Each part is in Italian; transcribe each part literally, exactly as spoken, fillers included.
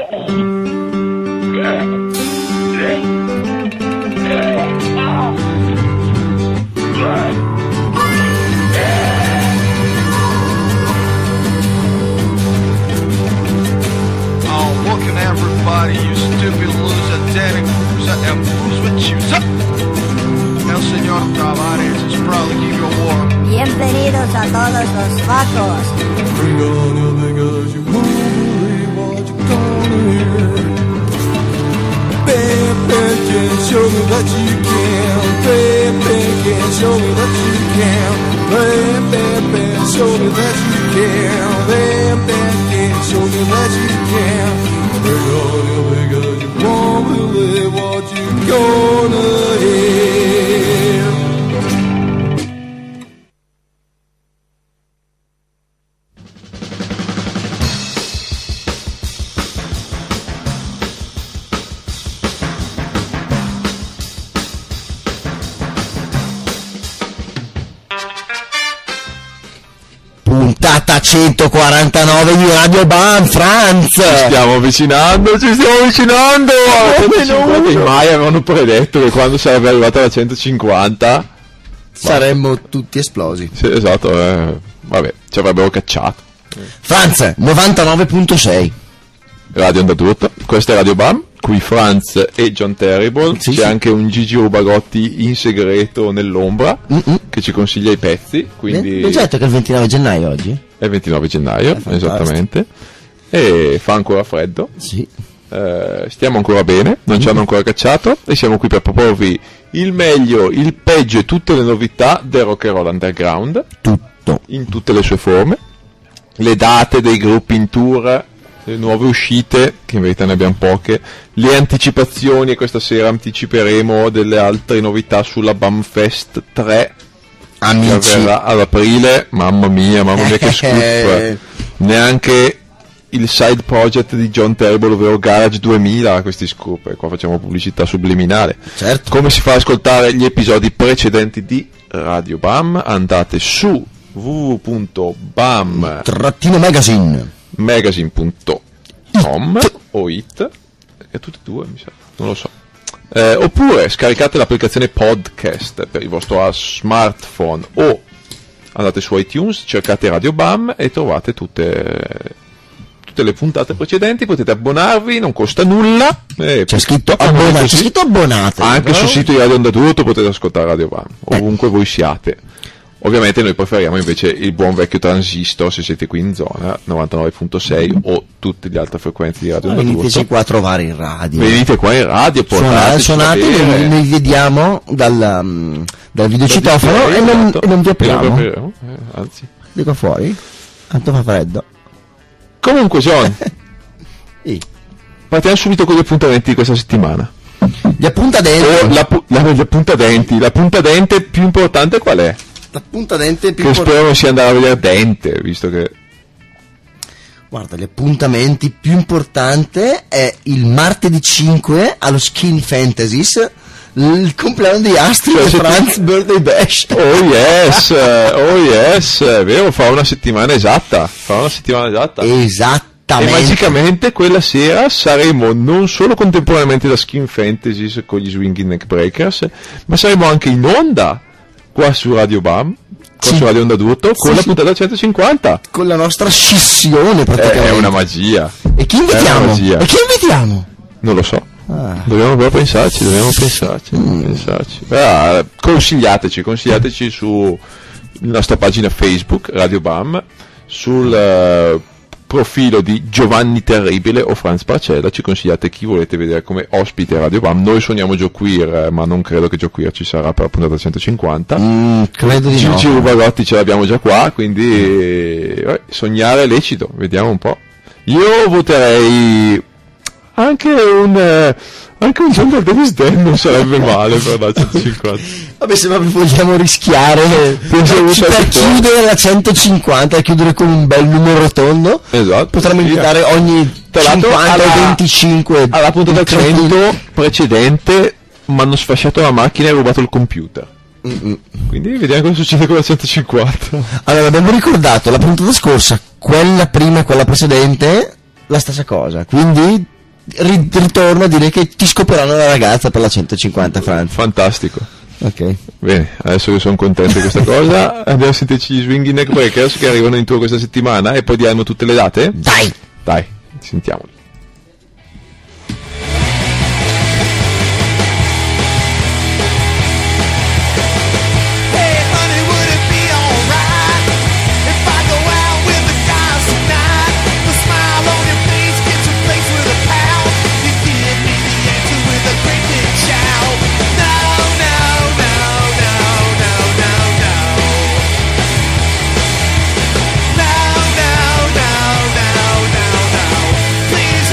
Everybody, you stupid loser, Danny Cruiser, and who's with you? El señor Tavares is probably keep you warm. Bienvenidos a todos los vacos. Bring on your niggas, you won't believe what you're gonna hear. Bam, bam, can show me that you can. Bam, bam, can show me that you can. Bam, bam, bam, show me that you can. Bam, bam, can show me that you can. Bring on your niggas, you won't believe what you're gonna hear. Puntata centoquarantanove di Radio Bam, Franz. Ci stiamo avvicinando, ci stiamo avvicinando. centocinquanta, i mai avevano predetto che quando sarebbe arrivata la centocinquanta saremmo ma... tutti esplosi. Sì, esatto, eh. Vabbè, ci avrebbero cacciato. Franz, novantanove virgola sei. Radio Onda Tutto, questa è Radio Bam, qui Franz e John Terrible, sì, c'è sì. Anche un Gigi Rubagotti in segreto nell'ombra, Mm-mm. che ci consiglia i pezzi, quindi... Vi detto che è il ventinove gennaio oggi? È il ventinove gennaio, è esattamente, e fa ancora freddo, sì. eh, stiamo ancora bene, non mm. ci hanno ancora cacciato, e siamo qui per proporvi il meglio, il peggio e tutte le novità del rock and roll underground, tutto, in tutte le sue forme, le date dei gruppi in tour, le nuove uscite, che in verità ne abbiamo poche, le anticipazioni, e questa sera anticiperemo delle altre novità sulla Bamfest tre, amici, che avverrà ad aprile. Mamma mia, mamma mia che scoop. Neanche il side project di John Terrible, ovvero Garage duemila, questi scoop, e qua facciamo pubblicità subliminale. Certo. Come si fa ad ascoltare gli episodi precedenti di Radio Bam? Andate su w w w punto bam magazine magazine punto com o it, e tutte e due mi sa, non lo so, eh, oppure scaricate l'applicazione podcast per il vostro smartphone, o andate su iTunes, cercate Radio Bam e trovate tutte tutte le puntate precedenti. Potete abbonarvi, non costa nulla, eh, c'è scritto abbonate, c'è scritto abbonate anche no? Sul sito di Radio Onda Tutto potete ascoltare Radio Bam ovunque eh. voi siate. Ovviamente noi preferiamo invece il buon vecchio transistor, se siete qui in zona, novantanove virgola sei o tutte le altre frequenze di Radio Onda Tutto. Veniteci qua a trovare in radio. Venite qua in radio, portateci. Suonate, noi, noi vediamo dal, um, dal videocitofono e, esatto. e non vi apriamo. Eh, anzi. Dico fuori, tanto fa freddo. Comunque John, sì. partiamo subito con gli appuntamenti di questa settimana. Gli appuntadenti. Oh, la, la, gli appuntadenti, la puntadente più importante qual è? La puntadente più che importante. Spero sia andare a vedere Dente, visto che... Guarda, gli appuntamenti più importante è il martedì cinque allo Skinny Fantasies, il compleanno di Astrid, cioè, e Franz ti... Birthday Bash. Oh yes, oh yes, è vero, fa una settimana esatta, fa una settimana esatta. Esattamente. E magicamente quella sera saremo non solo contemporaneamente da Skin Fantasies con gli Swinging Neck Breakers, ma saremo anche in onda qua su Radio Bam, qua sì. su Radio Onda Tutto, con sì, la puntata centocinquanta. Con la nostra scissione praticamente. È una magia. E chi invitiamo? E chi invitiamo? Non lo so. Ah. Dobbiamo però pensarci, dobbiamo pensarci, mm. pensarci. Ah, consigliateci, consigliateci sulla nostra pagina Facebook, Radio Bam, sul... Uh, profilo di Giovanni Terribile o Franz Parcella, ci consigliate chi volete vedere come ospite Radio Bam. Noi suoniamo Joe Queer, ma non credo che Joe Queer ci sarà per la puntata centocinquanta. Mm, credo di no. Gigi Rubagotti ce l'abbiamo già qua, quindi eh, sognare è lecito, vediamo un po'. Io voterei anche un eh, anche un John Dennis Dan non sarebbe male per la centocinquanta. Vabbè, se ma vogliamo rischiare per, per chiudere la centocinquanta e chiudere con un bel numero rotondo, esatto, potremmo invitare ogni cinquanta alla, venticinque alla puntata cento precedente mi hanno sfasciato la macchina e rubato il computer. Mm-mm. Quindi vediamo cosa succede con la centocinquanta. Allora, abbiamo ricordato la puntata scorsa, quella prima e quella precedente, la stessa cosa, quindi ri- ritorno a dire che ti scoperanno la ragazza per la centocinquanta, Franz. Fantastico. Ok. Bene, adesso che sono contento di questa cosa, andiamo a sentirci gli Swinging Neck Breakers che arrivano in tour questa settimana e poi diranno tutte le date? Dai! Dai, sentiamoli. Please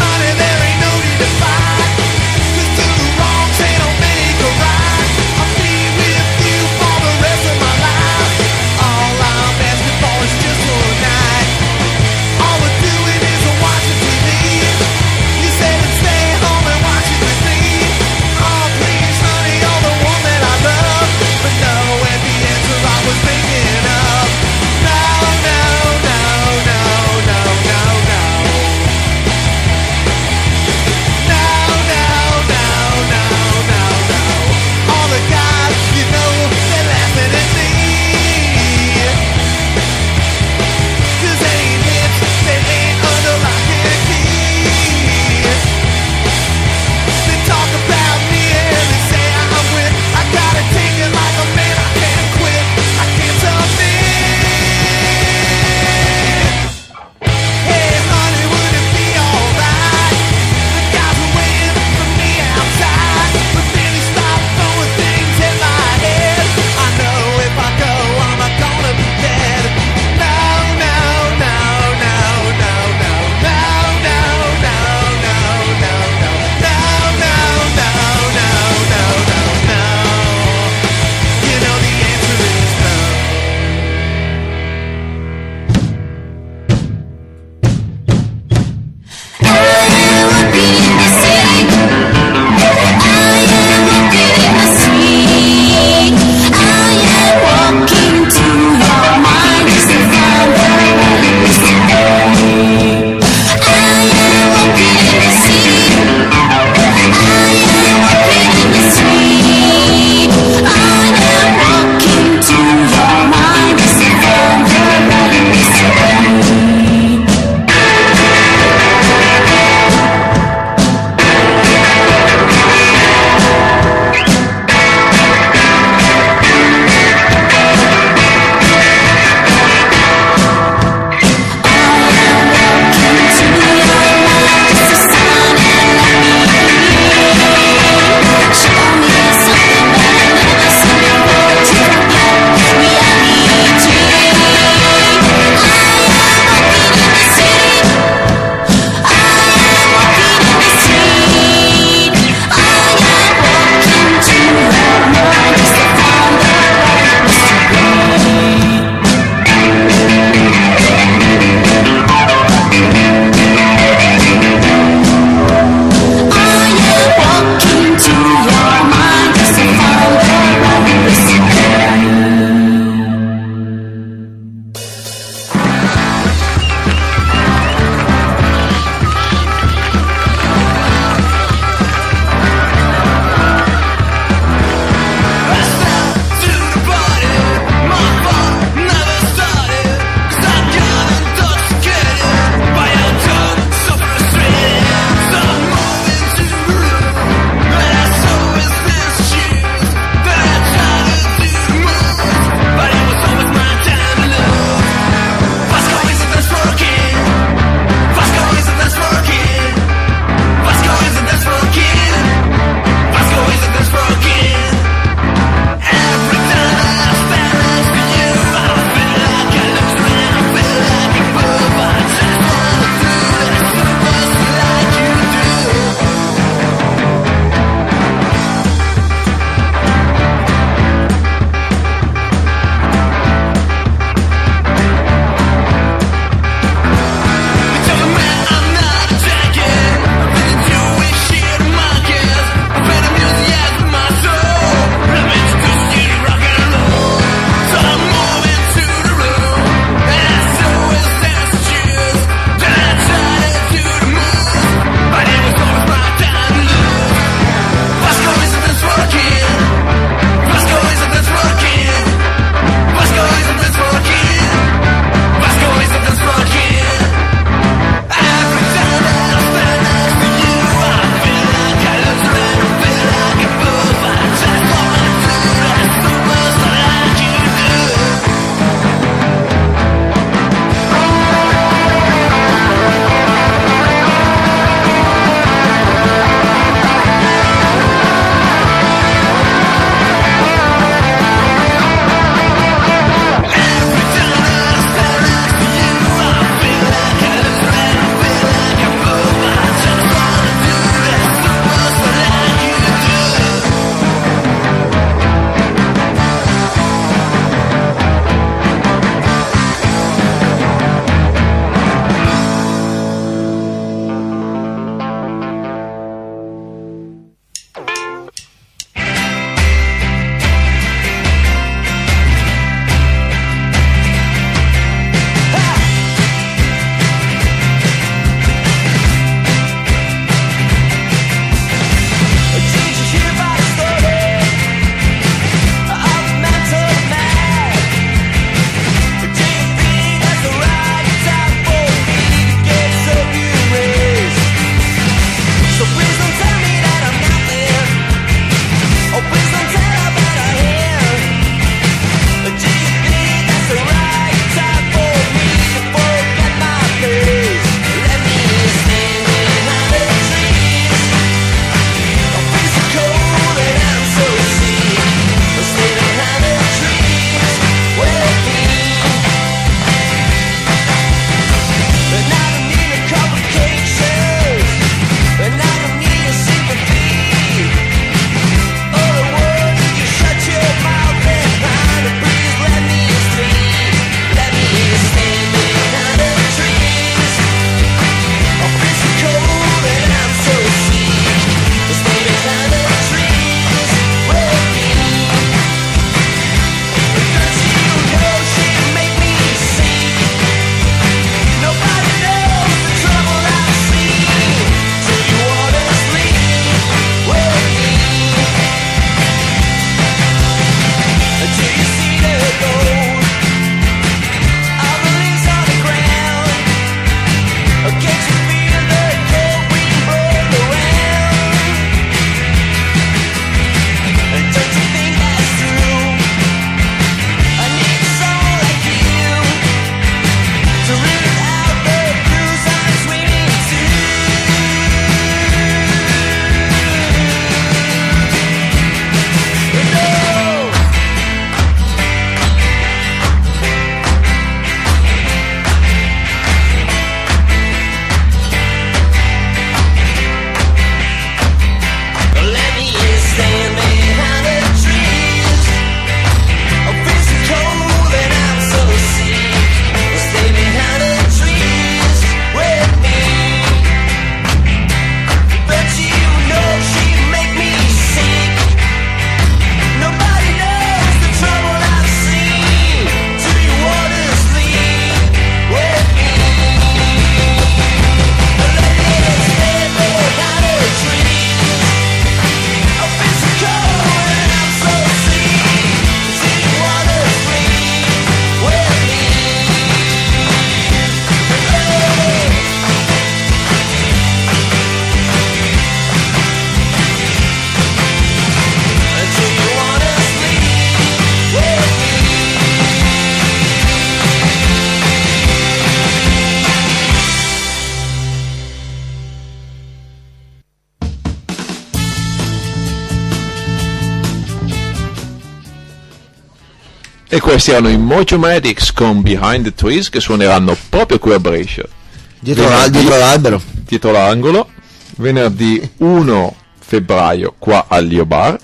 E questi erano i Mojomatics con Behind the Trees, che suoneranno proprio qui a Brescia. Dietro, la, dietro l'albero. Dietro l'angolo, venerdì primo febbraio qua al Lio Bar,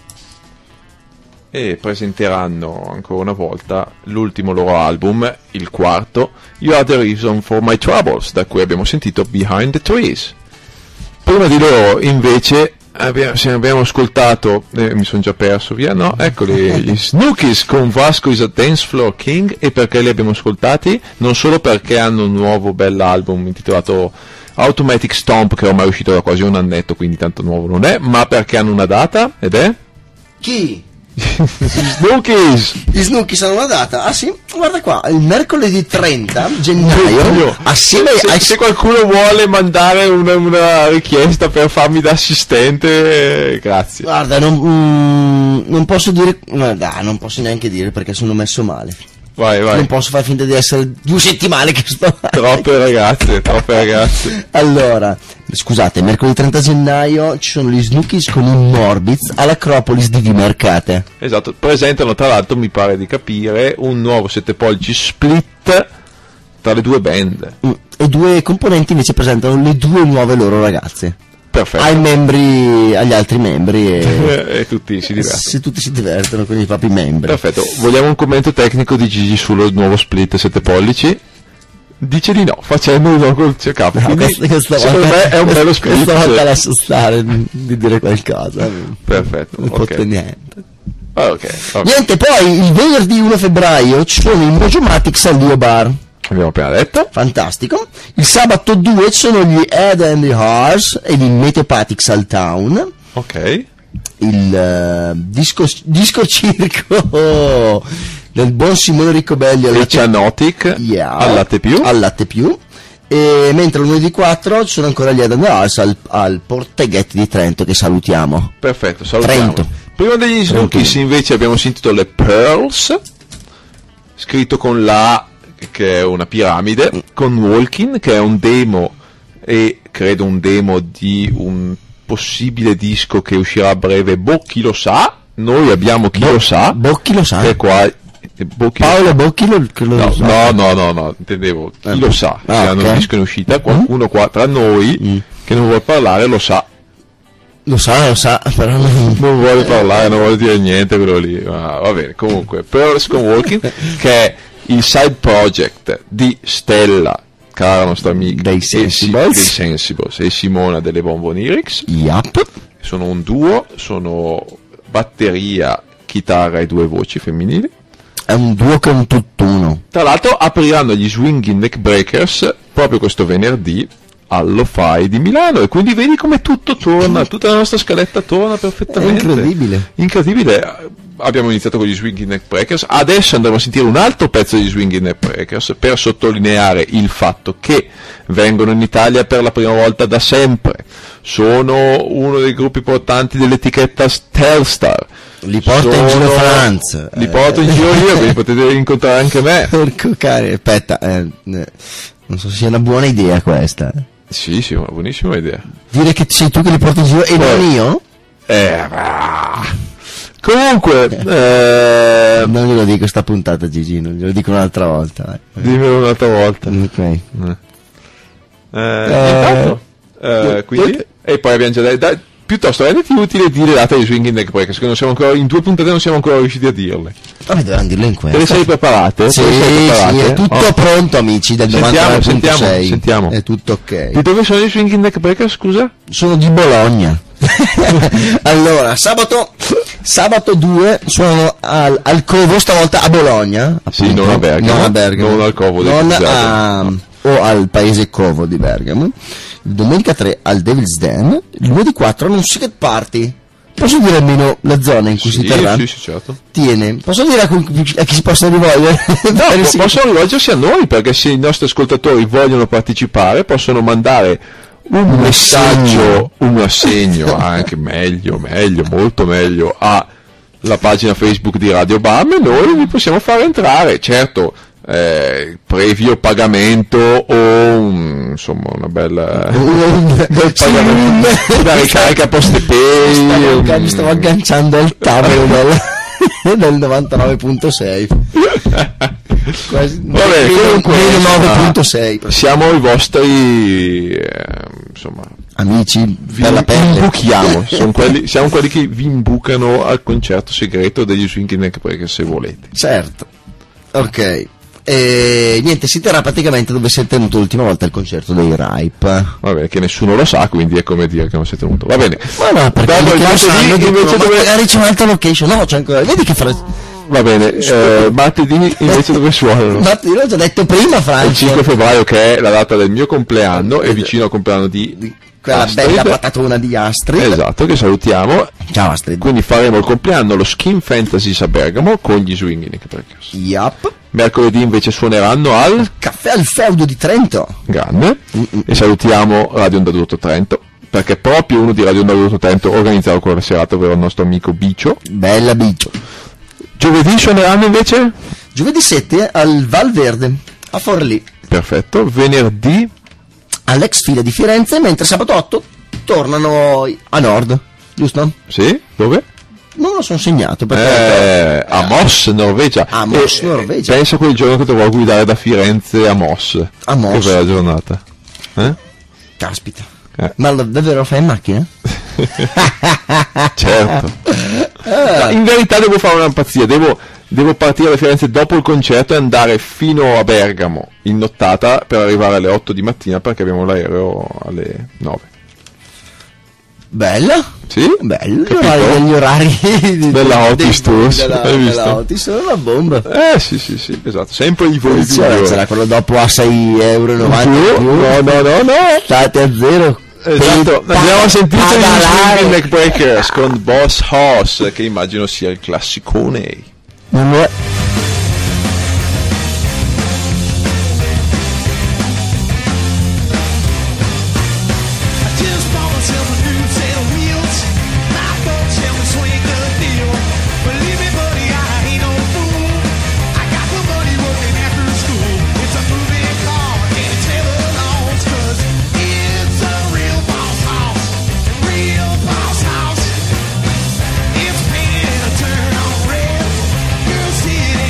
e presenteranno ancora una volta l'ultimo loro album, il quarto, You Are the Reason for My Troubles, da cui abbiamo sentito Behind the Trees. Prima di loro invece abbiamo, abbiamo ascoltato, eh, mi sono già perso via, no? Eccoli, gli Snookies con Vasco is a Dance Floor King. E perché li abbiamo ascoltati? Non solo perché hanno un nuovo bell'album intitolato Automatic Stomp, che ormai è uscito da quasi un annetto, quindi tanto nuovo non è, ma perché hanno una data, ed è? Chi? Snookies! Gli Snookies hanno una data? Ah sì? Guarda qua, il mercoledì trenta gennaio, assieme se, ai... se qualcuno vuole mandare una, una richiesta per farmi da assistente, eh, grazie. Guarda, non, mm, non posso dire... No, dai, non posso neanche dire perché sono messo male. Vai, vai. Non posso far finta di essere due settimane che sto... Troppe ragazze, troppe ragazze. Allora, scusate, mercoledì trenta gennaio ci sono gli Snookies con un Morbiz all'Acropolis di Vimercate. Esatto, presentano tra l'altro, mi pare di capire, un nuovo sette pollici split tra le due band. Mm, e due componenti invece presentano le due nuove loro ragazze. Perfetto. Ai membri, agli altri membri e, e tutti si divertono. Se tutti si divertono con i propri membri. Perfetto, vogliamo un commento tecnico di Gigi sullo nuovo split sette pollici? Dice di no, facendo un col C K. No, questa, questa secondo volta, me è un bello split. Questa volta lascio stare di dire qualcosa. Perfetto, non okay. Fatto niente. Ah, okay, okay. Niente, poi il venerdì primo febbraio ci sono i Mojomatics al Lio Bar. Abbiamo appena detto. Fantastico. Il sabato due ci sono gli Head and the Hearts e gli Meteopathics al Town. Ok. Il uh, disco, disco circo del buon Simone Riccobelli al Cianotic, yeah, al Latte Più. Al Latte Più. E mentre lunedì quattro ci sono ancora gli Head and the Hearts al, al Porteghetti di Trento, che salutiamo. Perfetto, salutiamo. Trento. Prima degli Snookies invece abbiamo sentito le Pearls, scritto con la, che è una piramide, con Walking, che è un demo, e credo un demo di un possibile disco che uscirà a breve. Bocchi lo sa, noi abbiamo Chi Bo- lo sa, Bocchi lo sa, che è qua. Bocchi Paolo Bocchi lo, lo no, sa. no, no, no, no, intendevo Chi eh, lo sa, ah, che hanno okay. un disco in uscita, qualcuno qua tra noi mm. che non vuole parlare lo sa. Lo sa, lo sa, però non, non vuole parlare, non vuole dire niente quello lì, ma va bene. Comunque, Pearls con Walking, che è il side project di Stella, cara nostra amica dei Sensibles, dei Sensibles e Simona delle Bombonirics. Yep. Sono un duo, sono batteria, chitarra e due voci femminili. È un duo che è un tutt'uno. Tra l'altro apriranno gli Swinging Neckbreakers proprio questo venerdì allo Fai di Milano, e quindi vedi come tutto torna, tutta la nostra scaletta torna perfettamente. È incredibile. Incredibile. Abbiamo iniziato con gli Swinging Neckbreakers, adesso andremo a sentire un altro pezzo degli Swinging Neckbreakers per sottolineare il fatto che vengono in Italia per la prima volta da sempre. Sono uno dei gruppi portanti dell'etichetta Telstar. Li porto Sono... in giro Franz. Li porto in giro io, quindi potete incontrare anche me. Porco cane, aspetta, eh, eh, non so se sia una buona idea questa. Sì, sì, una buonissima idea. Dire che sei tu che li porti in giro e Poi, non io? Eh, ah. Comunque, eh, non glielo dico sta puntata, Gigi, non glielo dico un'altra volta. Vai. Dimmelo un'altra volta. Ok. Eh, Eh, intanto, eh, quindi, e poi abbiamo già detto, dai, piuttosto renditi utile dire data di Swinging Neckbreakers, che non siamo ancora, in due puntate non siamo ancora riusciti a dirle. Vabbè, dovevamo dirlo in Te le questa. sei preparate? Sì, Te le sei preparate? sì, è tutto Oh. pronto, amici, del Sentiamo, novantanove virgola sentiamo, sei. sentiamo. È tutto ok. Di dove sono i Swinging Neckbreakers, scusa? Sono di Bologna. Allora, sabato sabato due sono al, al Covo, stavolta a Bologna. Sì, appunto. non a Bergamo. Non a Bergamo. Non al Covo del Non Pizzate. a, No. o al paese Covo di Bergamo. Il domenica tre al Devil's Den. Il lunedì quattro a un Secret Party. Posso dire almeno la zona in cui Sì, si terrà? sì, sì, certo. Tiene. Posso dire a, cui, a chi si possono rivolgere? No, Per il po- Secret- possono rivolgersi a noi, perché se i nostri ascoltatori vogliono partecipare possono mandare un messaggio, un assegno, anche meglio, meglio, molto meglio, alla pagina Facebook di Radio Bam, e noi vi possiamo far entrare, certo, eh, previo pagamento o un, insomma una bella un bel pagamento, una ricarica post Mi stavo, pay, aggan- mi stavo agganciando al tavolo del... del novantanove virgola sei. Quasi, Vabbè, meno, comunque, meno insomma, nove virgola sei. siamo i vostri eh, insomma, Amici vi per la pelle. imbuchiamo. Sono quelli, siamo quelli che vi imbucano al concerto segreto degli Swinging Neckbreaker, se volete. Certo. Ok. E niente, si terrà praticamente dove si è tenuto l'ultima volta il concerto dei Ripe. Vabbè, che nessuno lo sa, quindi è come dire che non siete venuto. Va bene. Ma no, perché Dopo il lo sanno, martedì dicono, invece ma dove... magari c'è un'altra location. No, c'è ancora. Vedi che fra... Va bene, eh, martedì invece dove suonano? Martedì l'ho già detto prima, Il Franco. cinque febbraio, che è la data del mio compleanno, e vicino al compleanno di Quella Astrid. bella patatona di Astrid. Esatto, che salutiamo. Ciao Astrid. Quindi faremo il compleanno allo Skin Fantasies a Bergamo con gli Swinging Neckbreakers. Yup. Mercoledì invece suoneranno al Caffè al Feudo di Trento. Grande, e salutiamo Radio Onda d'Urto Trento, perché proprio uno di Radio Onda d'Urto Trento organizzava quella serata, ovvero il nostro amico Bicio. Bella bicio. Giovedì suoneranno invece? Giovedì sette al Val Verde, a Forlì, Perfetto. Venerdì all'ex fila di Firenze, mentre sabato otto tornano a nord, giusto? sì, dove? Non lo sono segnato perché... Eh, a Moss, Norvegia. A Moss, E- Norvegia. Pensa a quel giorno che dovrò guidare da Firenze a Moss. A Moss. Che bella giornata. Eh? Caspita. Eh. Ma lo- davvero lo fai in macchina? Certo. No, in verità devo fare una pazzia, devo, devo partire da Firenze dopo il concerto e andare fino a Bergamo in nottata per arrivare alle otto di mattina, perché abbiamo l'aereo alle nove. Bella? Sì? Bello, Capito? gli orari di- Della dei- Otis Tours, della, hai visto? della Otis, sono una bomba. Eh sì sì sì, esatto, sempre i voli Attenzione, migliori. sarà quello dopo a sei euro e novanta Più? più. No, no, no, no. State a zero. Esatto, Per andiamo a sentire gli pedalare. Swinging Neckbreakers con Boss Hoss, che immagino sia il classicone. Non è... Just bought myself a new set of wheels. My folks tell me swing the deal. Believe me, buddy, I ain't no fool. I got the money working after school. It's a moving car and it's never lost, 'cause it's a real boss house. Real boss house. It's painted and a turn on red. Girls see it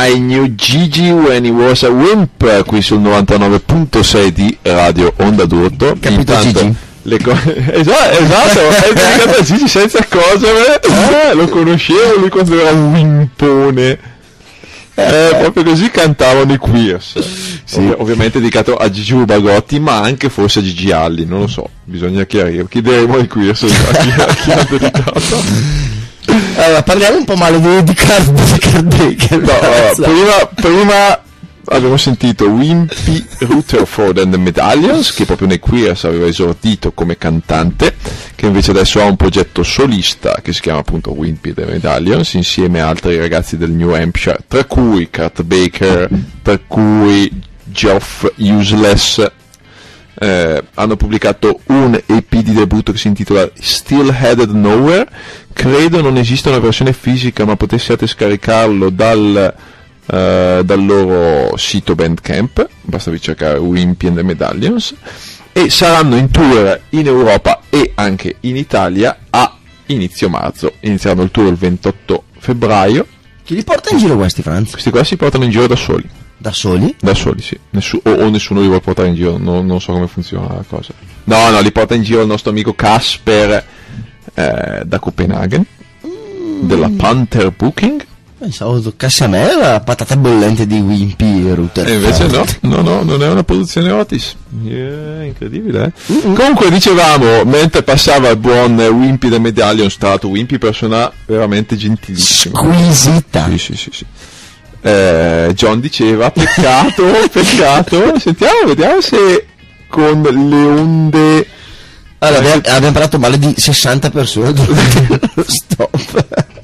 I knew Gigi when he was a wimp, qui sul novantanove virgola sei di Radio Onda d'Urto. Capito, Intanto, Gigi? le co- esatto, esatto, è dedicato a Gigi senza cosa, eh, lo conoscevo lui quando era un wimpone. Eh, proprio così cantavano i Queers. Sì. Ov- ovviamente dedicato a Gigi Ubagotti, ma anche forse a Gigi Alli, non lo so, bisogna chiarire. Chiederemo ai Queers a chi, a chi ha dedicato. Allora, parliamo un po' male di, di Card, di Card Baker. No, allora, prima, prima abbiamo sentito Wimpy Rutherford and the Medallions, che proprio nei Queers aveva esordito come cantante, che invece adesso ha un progetto solista che si chiama appunto Wimpy and the Medallions, insieme a altri ragazzi del New Hampshire, tra cui Kurt Baker, tra cui Geoff Useless. Eh, hanno pubblicato un E P di debutto che si intitola Still Headed Nowhere. Credo non esista una versione fisica, ma potessiate scaricarlo dal, eh, dal loro sito Bandcamp, basta cercare Wimpy and the Medallions, e saranno in tour in Europa e anche in Italia a inizio marzo. Inizieranno il tour il ventotto febbraio. Chi li porta in giro questi, Franz? Questi qua si portano in giro da soli. Da soli? Da soli, sì. Nessu- o, o nessuno li vuole portare in giro, no, non so come funziona la cosa. No, no, li porta in giro il nostro amico Casper eh, da Copenaghen, mm. della Panther Booking. Pensavo toccasse a me la patata bollente di Wimpy e Rutherford. E invece no, no, no, non è una produzione Otis. Yeah, incredibile, eh? Mm-hmm. Comunque dicevamo, mentre passava il buon Wimpy the Medallion, stato Wimpy persona veramente gentilissima. Squisita. Sì, sì, sì, sì. Eh, John diceva peccato, peccato. Sentiamo, vediamo se con le onde. Allora, abbiamo, abbiamo parlato male di sessanta persone durante lo stop.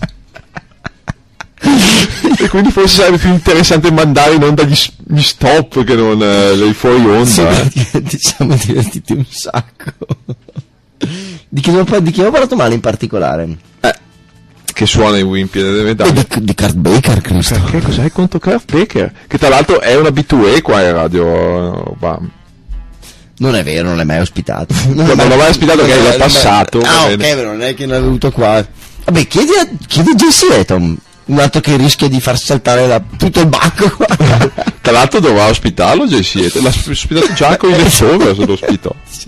E quindi forse sarebbe più interessante mandare in onda gli, gli stop che non eh, le fuori onda. Sì, eh. praticamente ci siamo divertiti un sacco. Di chi, abbiamo, di chi abbiamo parlato male in particolare? Eh, che suona i Wimpy delle E medaglie. di, di Kurt Baker, Cristo. Che cos'hai contro Kurt Baker? Che tra l'altro è un abitué qua in Radio Bam. Non è vero, non è mai ospitato. Non l'ho mai ospitato, che è passato. Ah, va ok, bene. però non è che non è venuto qua. Vabbè, chiedi a, chiedi a J C Eton, un altro che rischia di far saltare la, tutto il bacco qua. Tra l'altro dovrà ospitarlo J C. L'ha ospitato Giacomo in Leftover, se lo ospitò. Sì.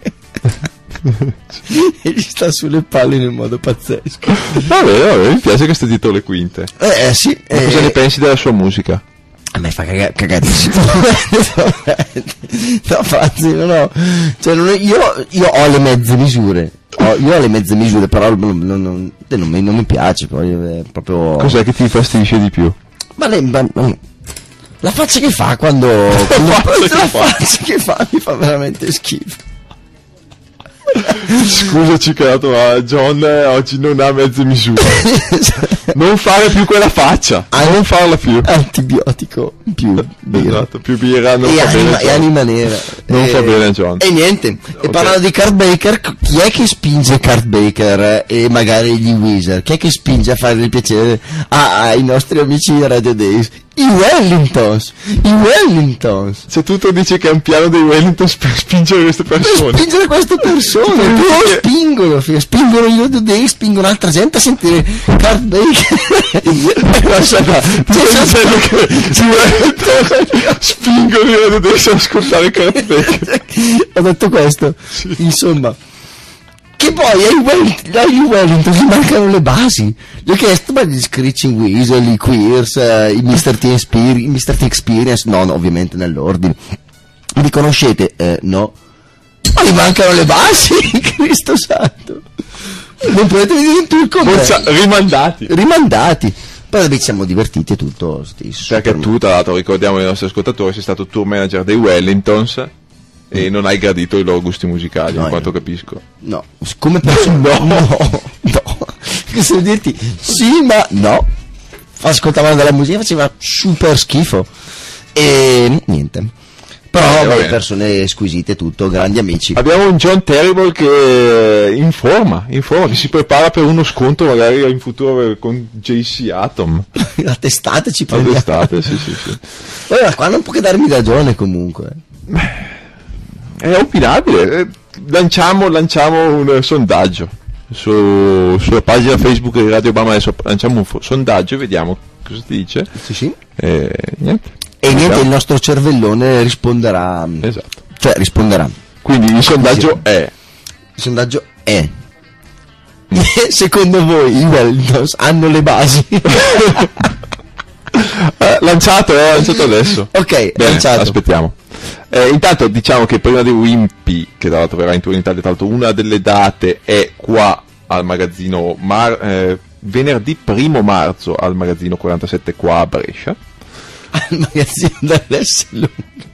E gli sta sulle palle in un modo pazzesco. Vabbè, vabbè, mi piace che stai dietro le quinte. Eh, eh sì. Ma eh, cosa ne pensi della sua musica? A me fa caga- cagatissimo. No, Franzi, no, no. Cioè, non è- io, io ho le mezze misure. Ho- io ho le mezze misure, però non, non, non- non mi, non mi piace. Poi è proprio. Cos'è che ti fastidisce di più? Ma lei. ma- ma- la faccia che fa quando. quando faccia che la fa. faccia che fa mi fa veramente schifo. Scusaci carato, ma John eh, oggi non ha mezze misure. Non fare più quella faccia, Ah, non farla più. Antibiotico più birra. Esatto, più birra non E fa bene anima, a e John. anima nera. Non E- fa bene a John. E niente, e Ok. parlando di Kurt Baker, c- chi è che spinge Kurt Baker eh, e magari gli Weezer? Chi è che spinge a fare il piacere a- ai nostri amici di Radio Days? I Wellingtons! I Wellingtons! Se tutto dice che è un piano dei Wellington per spingere queste Per persone. spingere queste persone, più lo spingono, figa, spingono i Radio Days, spingono altra gente a sentire Kurt Baker. Non so, Cioè, cioè, dicendo che i Wellington spingono i Radio Days ad ascoltare Kurt Baker. ho detto questo, insomma, che poi ai Well- ai Wellington gli mancano le basi. Gli ho chiesto, ma gli Screeching Weasel, i Queers, eh, i mister T Experi- i mister T Experience, no, no, ovviamente nell'ordine. Li conoscete? Eh, no. Ma gli mancano le basi, Cristo santo. Non potete venire in tour con me. Forza, rimandati. Rimandati. Poi vabbè, ci siamo divertiti e tutto stesso. Perché tu, tra l'altro, ricordiamo ai nostri ascoltatori, sei stato tour manager dei Wellingtons e non hai gradito i loro gusti musicali, No, in eh. quanto capisco. No, come persona no, no, no. Che se dirti sì, ma no. Ascoltavano della musica, faceva super schifo. E niente. Però Eh, va vabbè, bene. persone squisite, tutto, grandi amici. Abbiamo un John Terrible che informa, informa, che si prepara per uno scontro magari in futuro con J C Atom. La testate ci prendiamo. D'estate, sì, sì, sì. Allora, qua non può che darmi ragione comunque. È opinabile. Eh, Lanciamo, lanciamo un eh, sondaggio su, sulla pagina Facebook di Radio Obama. Adesso lanciamo un fo- sondaggio e vediamo cosa ti dice. Sì, sì. E niente. E niente, il nostro cervellone risponderà. Esatto. Cioè, risponderà. Quindi il sondaggio Sì. è: Il sondaggio è: secondo voi i Wellingtons hanno le basi? eh, lanciato, eh, lanciato adesso. Ok, Bene, lanciato. aspettiamo. Eh, intanto diciamo che prima di Wimpy, che tra l'altro verrà in tour in Italia, tra l'altro una delle date è qua al magazzino Mar- eh, venerdì primo marzo al magazzino quarantasette qua a Brescia. Al magazzino dell'S Lunga.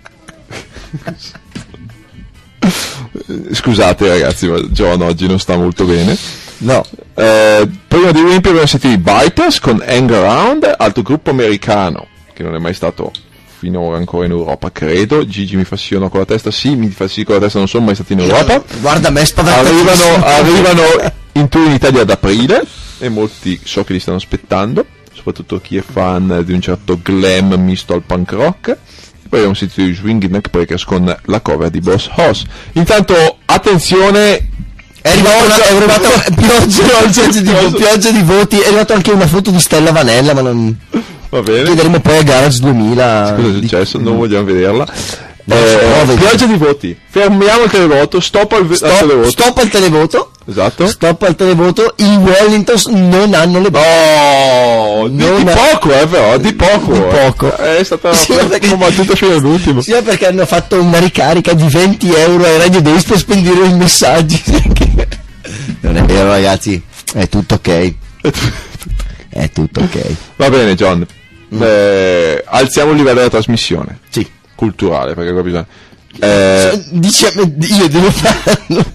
Scusate ragazzi, ma John oggi non sta molto bene. No. Eh, prima di Wimpy abbiamo sentito i Biters con Hang Around, altro gruppo americano che non è mai stato finora ancora in Europa, credo. Gigi mi fa sì o no con la testa, sì, mi fa sì con la testa, non sono mai stati in Europa. Guarda me spaventato. Arrivano, arrivano in tour in Italia ad aprile e molti so che li stanno aspettando, soprattutto chi è fan di un certo glam misto al punk rock. E poi abbiamo sentito i Swinging Neckbreakers con la cover di Boss Hoss. Intanto attenzione, È arrivato una, è arrivato pioggia, pioggia, di, pioggia di voti, è arrivato anche una foto di Stella Vanella, ma non va bene. chiederemo poi a Garage duemila. Cosa è successo? Non vogliamo vederla. No, Eh, so, vedi. pioggia di voti. Fermiamo il televoto. Stop al, ve- al Stop, televoto. stop al televoto. Esatto. Stop al televoto. I Wellingtons non hanno le basi. Oh, di, Non di è- poco, eh, però, di poco. Di eh. poco. È stata Sì, perché- combattuta fino all'ultimo. Sia perché hanno fatto una ricarica di venti euro ai Radio Days per spedire i messaggi. Non è vero, ragazzi. È tutto ok. È tutto ok. Va bene, John. Eh, alziamo il livello della trasmissione. Sì. Culturale, perché qua bisogna. Eh, Dice a me, io devo farlo.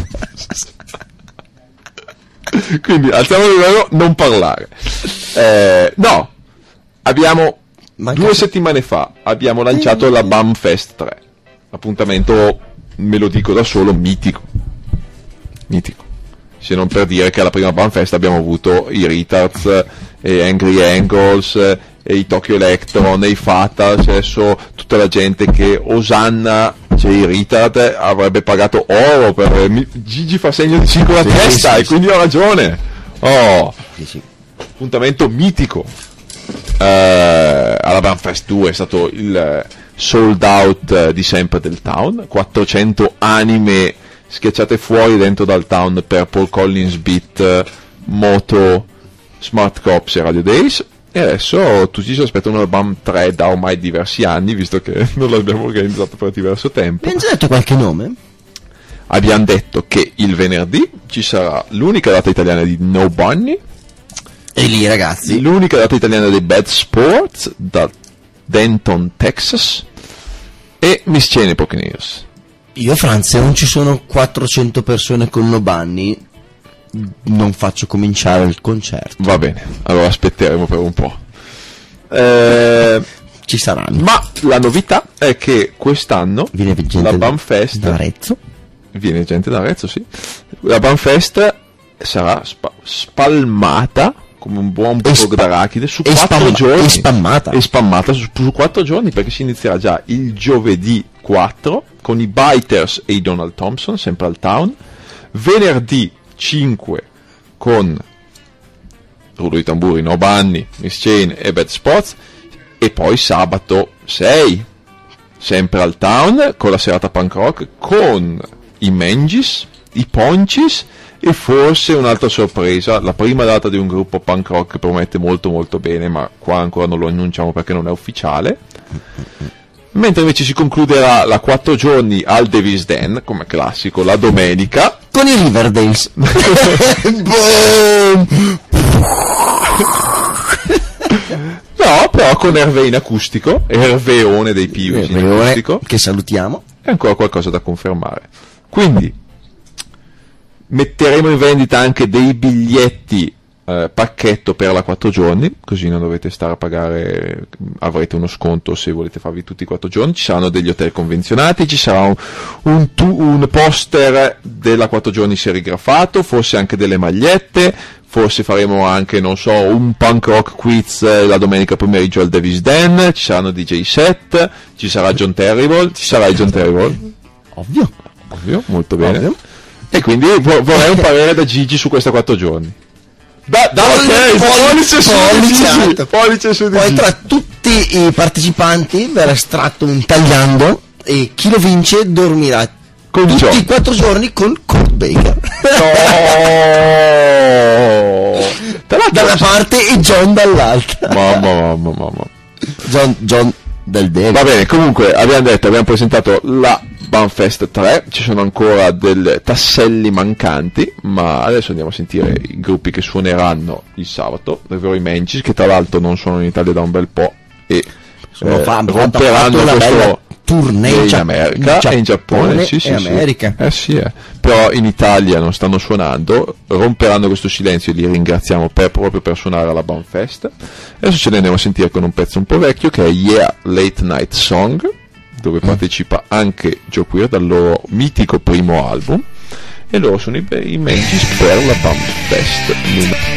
quindi alziamo il livello, non parlare. Eh, no, abbiamo Manca- due settimane fa abbiamo lanciato la BAM Fest tre, appuntamento, me lo dico da solo, mitico. Mitico. Se non per dire che alla prima BAM Fest abbiamo avuto i Retards e Angry Angles e i Tokyo Electron e i Fatal, cioè adesso tutta la gente che osanna, cioè i Retard avrebbe pagato oro per mi- Gigi fa segno di sì con la Sì, testa sì, e sì. quindi ho ragione. Oh, Sì, sì. appuntamento mitico. Eh, alla BAM Fest due è stato il eh, sold out eh, di sempre del Town, quattrocento anime schiacciate fuori dentro dal Town per Paul Collins Beat, eh, Moto, Smart Cops e Radio Days. E adesso tutti si aspettano una BAM tre da ormai diversi anni, visto che non l'abbiamo organizzato per diverso tempo. Abbiamo già detto qualche nome? Abbiamo detto che il venerdì ci sarà l'unica data italiana di No Bunny, E lì, ragazzi. l'unica data italiana dei Bad Sports da Denton, Texas, e Miss Cene Buccaneers. Io, Franz, se non ci sono quattrocento persone con Nobani, non faccio cominciare il concerto. Va bene, allora aspetteremo per un po'. Eh, Ci saranno. ma la novità è che quest'anno Viene gente la BAM Fest da Arezzo. viene gente da Arezzo, sì. La BAM Fest sarà spa- spalmata come un buon E spa- blog d'arachide su e quattro spamma- giorni. e spammata. E spammata su, su quattro giorni, perché si inizierà già il giovedì quattro con i Biters e i Donald Thompson, sempre al Town. Venerdì cinque con Rullo di Tamburi, No Bunny, Miss Chain e Bad Spots. E poi sabato sei, sempre al Town, con la serata punk rock, con i Mengis, i Poncis e forse un'altra sorpresa, la prima data di un gruppo punk rock che promette molto molto bene, ma qua ancora non lo annunciamo perché non è ufficiale. Mentre invece si concluderà la quattro giorni al Davis Den, come classico, la domenica. Con i Riverdales. Boom! No, però con Hervé in acustico, Hervéone dei Pius in Leone, acustico. che salutiamo. È ancora qualcosa da confermare. Quindi metteremo in vendita anche dei biglietti eh, pacchetto per la quattro giorni, così non dovete stare a pagare, avrete uno sconto se volete farvi tutti i quattro giorni. Ci saranno degli hotel convenzionati, ci sarà un, un, tu, un poster della quattro giorni serigrafato, forse anche delle magliette, forse faremo anche, non so, un punk rock quiz eh, la domenica pomeriggio al Davis Den, ci saranno D J set, ci sarà John Terrible, ci sarà il John Terrible. Ovvio. Ovvio, molto bene. Ovvio. E quindi vo- vorrei un parere da Gigi su queste quattro giorni. Da, da, ok, pollice su di pollice Gigi, alto. pollice su di Poi Gigi. tra tutti i partecipanti verrà estratto un tagliando e chi lo vince dormirà Con tutti John. i quattro giorni con Kurt Baker. No. Tra l'altro- Da una parte e John dall'altra. Mamma, mamma, mamma. John, John del Devil. Va bene, comunque abbiamo detto, abbiamo presentato la Banfest tre, ci sono ancora dei tasselli mancanti, ma adesso andiamo a sentire i gruppi che suoneranno il sabato, ovvero i Mencis, che tra l'altro non suonano in Italia da un bel po' e Sono eh, fa- hanno romperanno fatto una questo bella tournée in in Gia- America in e in Giappone, Giappone sì, sì, e sì. America. Eh sì, eh. Però in Italia non stanno suonando, romperanno questo silenzio e li ringraziamo per, proprio per suonare alla Banfest. Adesso ce ne andiamo a sentire con un pezzo un po' vecchio che è Yeah Late Night Song, dove partecipa anche Joe Queer dal loro mitico primo album, e loro sono i, i Mencis per la Banfest numero.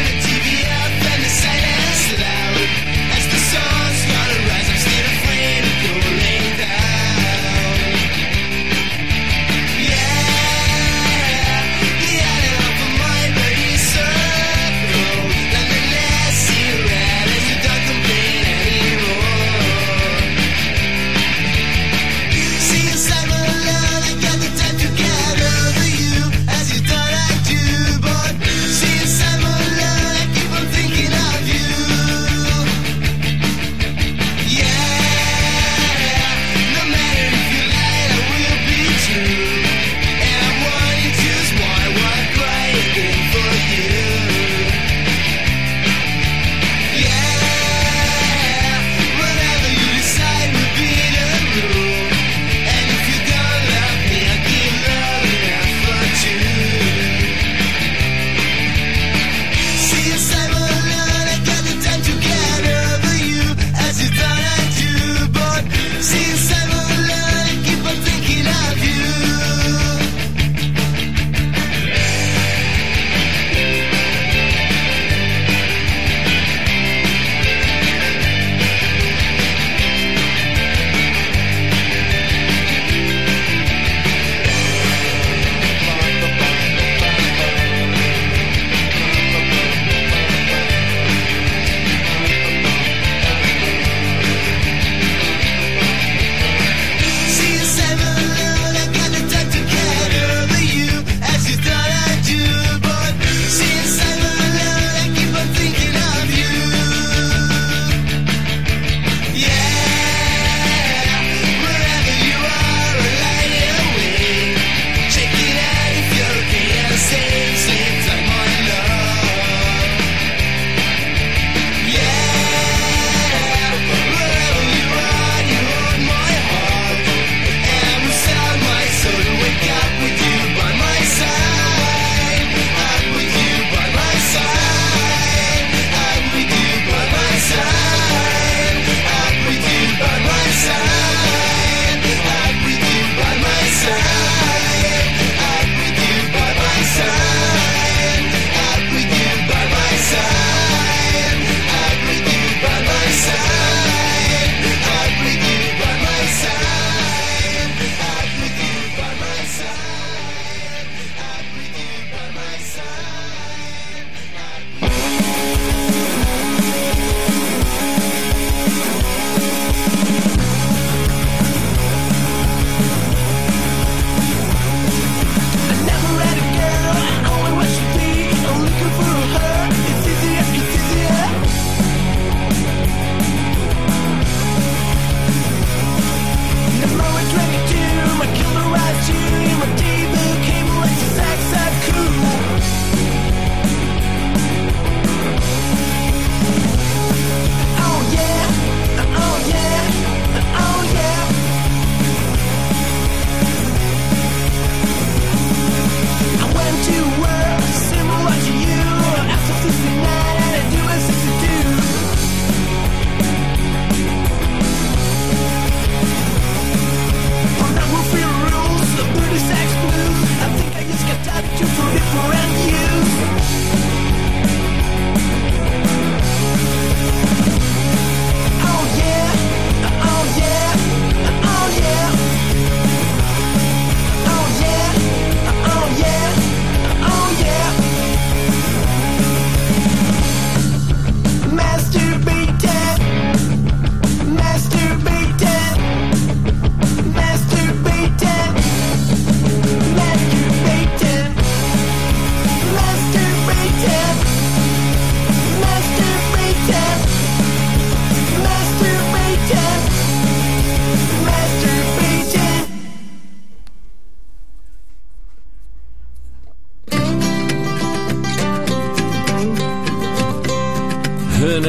See inside my love,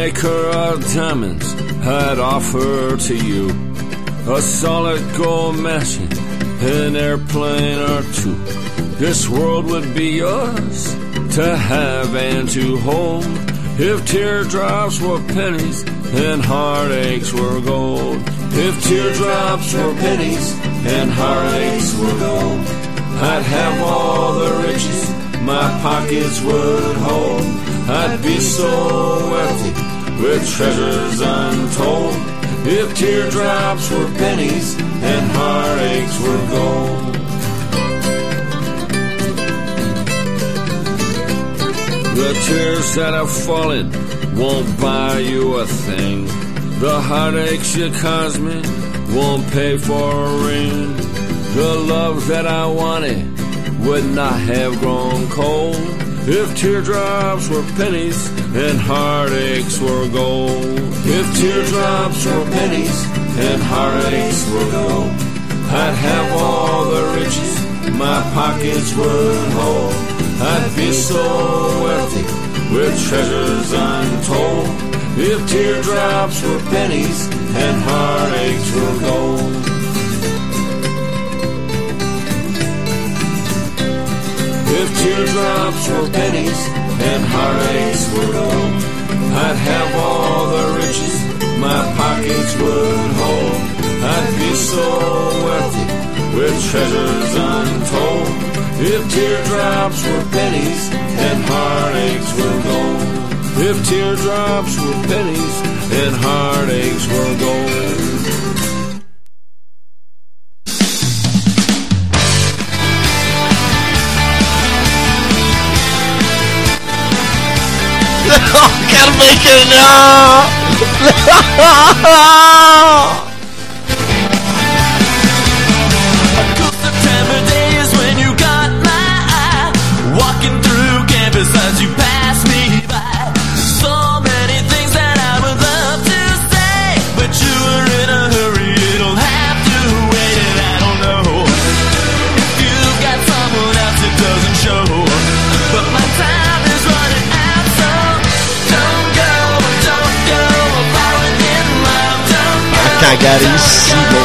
maker of diamonds, I'd offer to you a solid gold mansion, an airplane or two. This world would be yours to have and to hold if teardrops were pennies and heartaches were gold. If teardrops were pennies and heartaches were gold, I'd have all the riches my pockets would hold. I'd be so wealthy with treasures untold if teardrops were pennies and heartaches were gold. The tears that are falling won't buy you a thing. The heartaches you cause me won't pay for a ring. The love that I wanted would not have grown cold if teardrops were pennies and heartaches were gold. If teardrops were pennies and heartaches were gold, I'd have all the riches my pockets would hold. I'd be so wealthy with treasures untold if teardrops were pennies and heartaches were gold. If teardrops were pennies and heartaches were gold, I'd have all the riches my pockets would hold. I'd be so wealthy with treasures untold if teardrops were pennies and heartaches were gold. If teardrops were pennies and heartaches were gold. Carmichael, no! September days when you got my eye, walking through campus as you pass me by. So many things that I would love to say, but you were in a hurry, it'll have to wait. And I don't know if you've got someone else, it doesn't show, but my time is running out, so don't go, don't go, falling in love, don't go, Cagarissimo.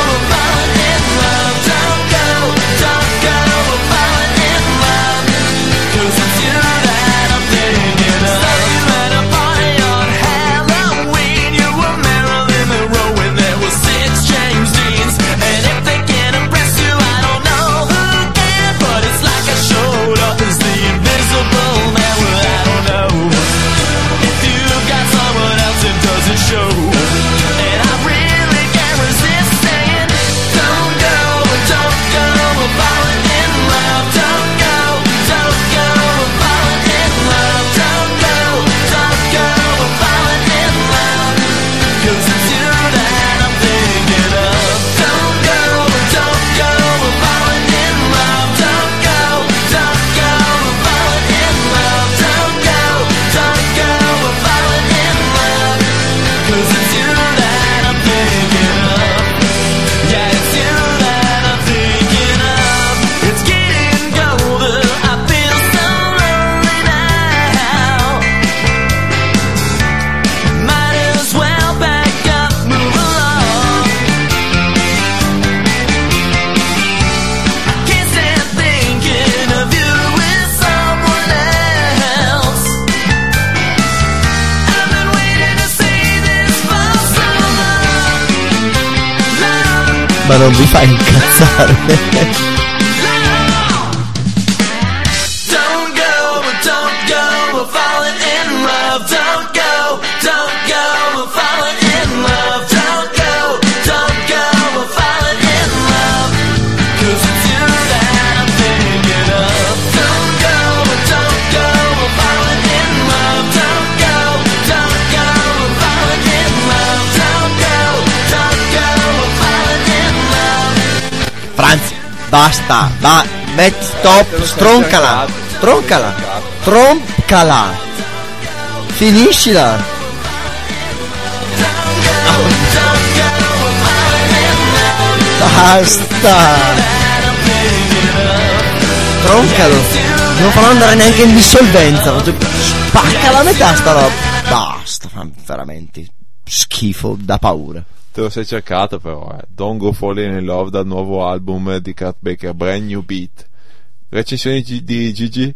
Ma non mi fa incazzare. Don't go, don't go, falling in love. Don't go, don't go, falling in love. Don't go, don't go, falling in love. 'Cause it's you that I'm thinking of. Don't go, don't go, falling in love. Don't go, don't go, falling in love. Don't go, don't go, falling in love. Franz, basta, va, met, stop, stroncala, stroncala, troncala, finiscila. Basta, troncalo, non farò andare neanche in dissolvenza, spacca la metà sta roba, basta. fa veramente schifo da paura. Te lo sei cercato però, eh. Don't Go Falling in Love dal nuovo album di Kurt Baker, Brand New Beat. Recensioni G- di Gigi?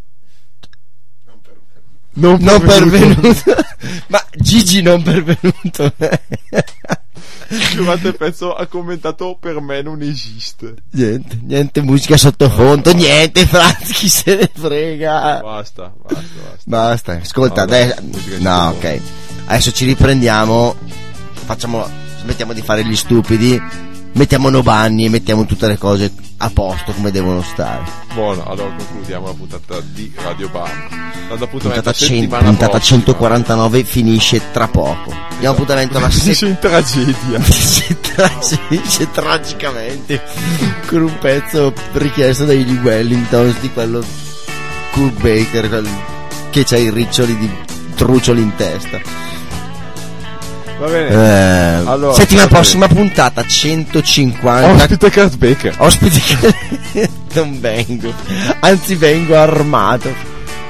Non, Non pervenuto. Ma Gigi non pervenuto. Durante il pezzo ha commentato per me non esiste. Niente, niente musica sottofondo, niente Franz, chi se ne frega. Basta, basta, basta. Basta, ascolta, No, adesso, no, musica no, sottofondo. ok. Adesso ci riprendiamo, facciamo, smettiamo di fare gli stupidi, mettiamo Novanni e mettiamo tutte le cose a posto come devono stare. Buono, allora concludiamo la puntata di Radio Bam. Dando appuntamento Puntata, a cento, settimana puntata prossima. centoquarantanove finisce tra poco. Diamo appuntamento alla Finisce settimana. in tragedia. Si tra- si dice tragicamente con un pezzo richiesto dai Wellington di quello Kurt Baker, quel che c'ha i riccioli di trucioli in testa. Va bene. Eh, Allora, settimana va bene. prossima puntata centocinquanta. Ospite Kurt Baker. Ospiti che non vengo, anzi vengo armato.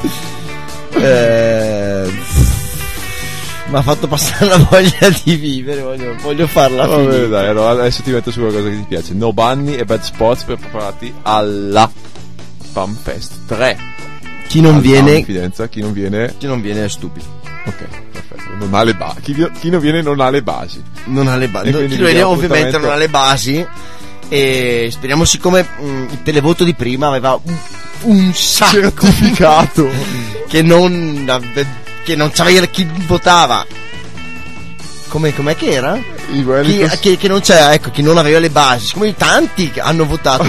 Eh, mi ha fatto passare la voglia di vivere, voglio, voglio farla Va bene, finita. dai, allora adesso ti metto su qualcosa che ti piace. No Bunny e Bad Sports per prepararti alla Bam Fest tre. Chi non Al viene, Bam Fidenza, chi non viene. chi non viene è stupido. Ok, perfetto. Non ha le basi. Chi, vi- chi non viene non ha le basi. Non ha le basi. E quindi Chi non viene diamo ovviamente appuntamento- non ha le basi. E speriamo, siccome mh, il televoto di prima aveva un, un sacco Certificato. che non ave- che non c'aveva chi votava. Come, com'è che era? I Chi, Wellington- che, che non c'era, ecco, chi non aveva le basi, siccome tanti hanno votato.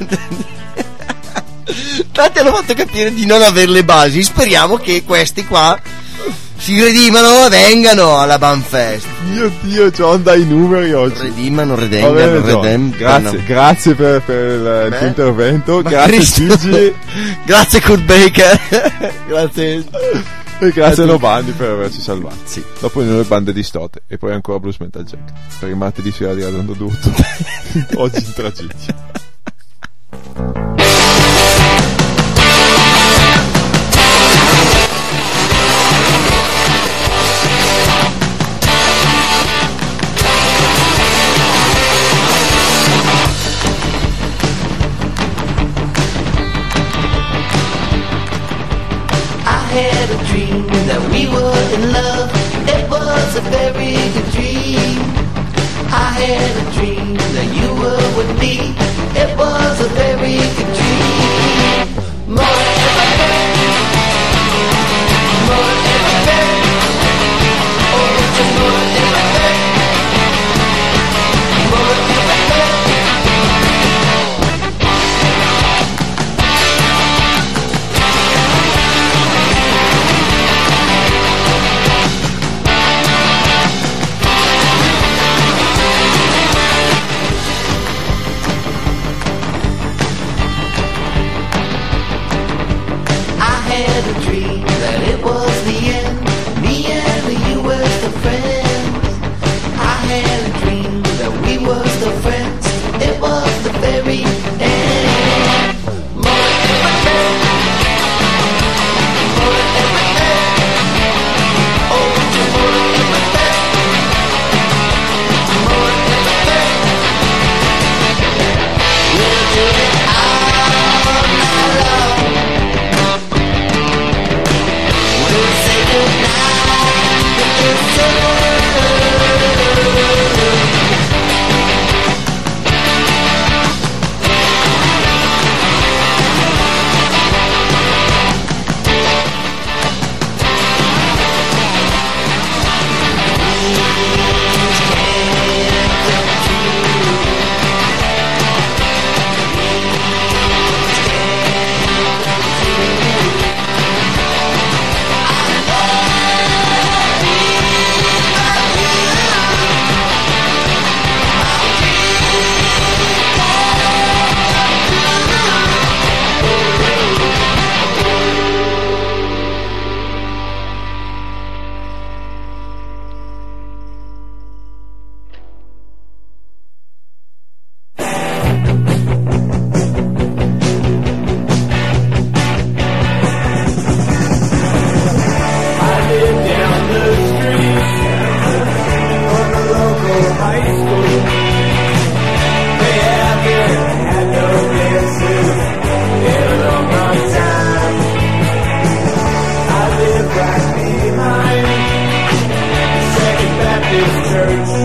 Tanti hanno fatto capire di non avere le basi. Speriamo che questi qua si redimano e vengano alla Banfest. Dio Dio, John, dai numeri oggi. Redimano, Va redengano, bene, John. redem. Grazie, grazie per, per il, il Beh. tuo intervento. Ma Grazie Cristo. Gigi. Grazie Kurt Baker. Grazie. E grazie a A No tutti. Bunny per averci salvati. Sì. Dopo noi le bande di Stote. E poi ancora Blues Metal Jack. Perché martedì sera di Radando Tutto. Oggi in tragedia. I had a dream that we were in love. It was a very good dream. I had a dream that you were with me. It was a very good dream. More than ever, more than ever. Oh, just more than ever, more than ever. It's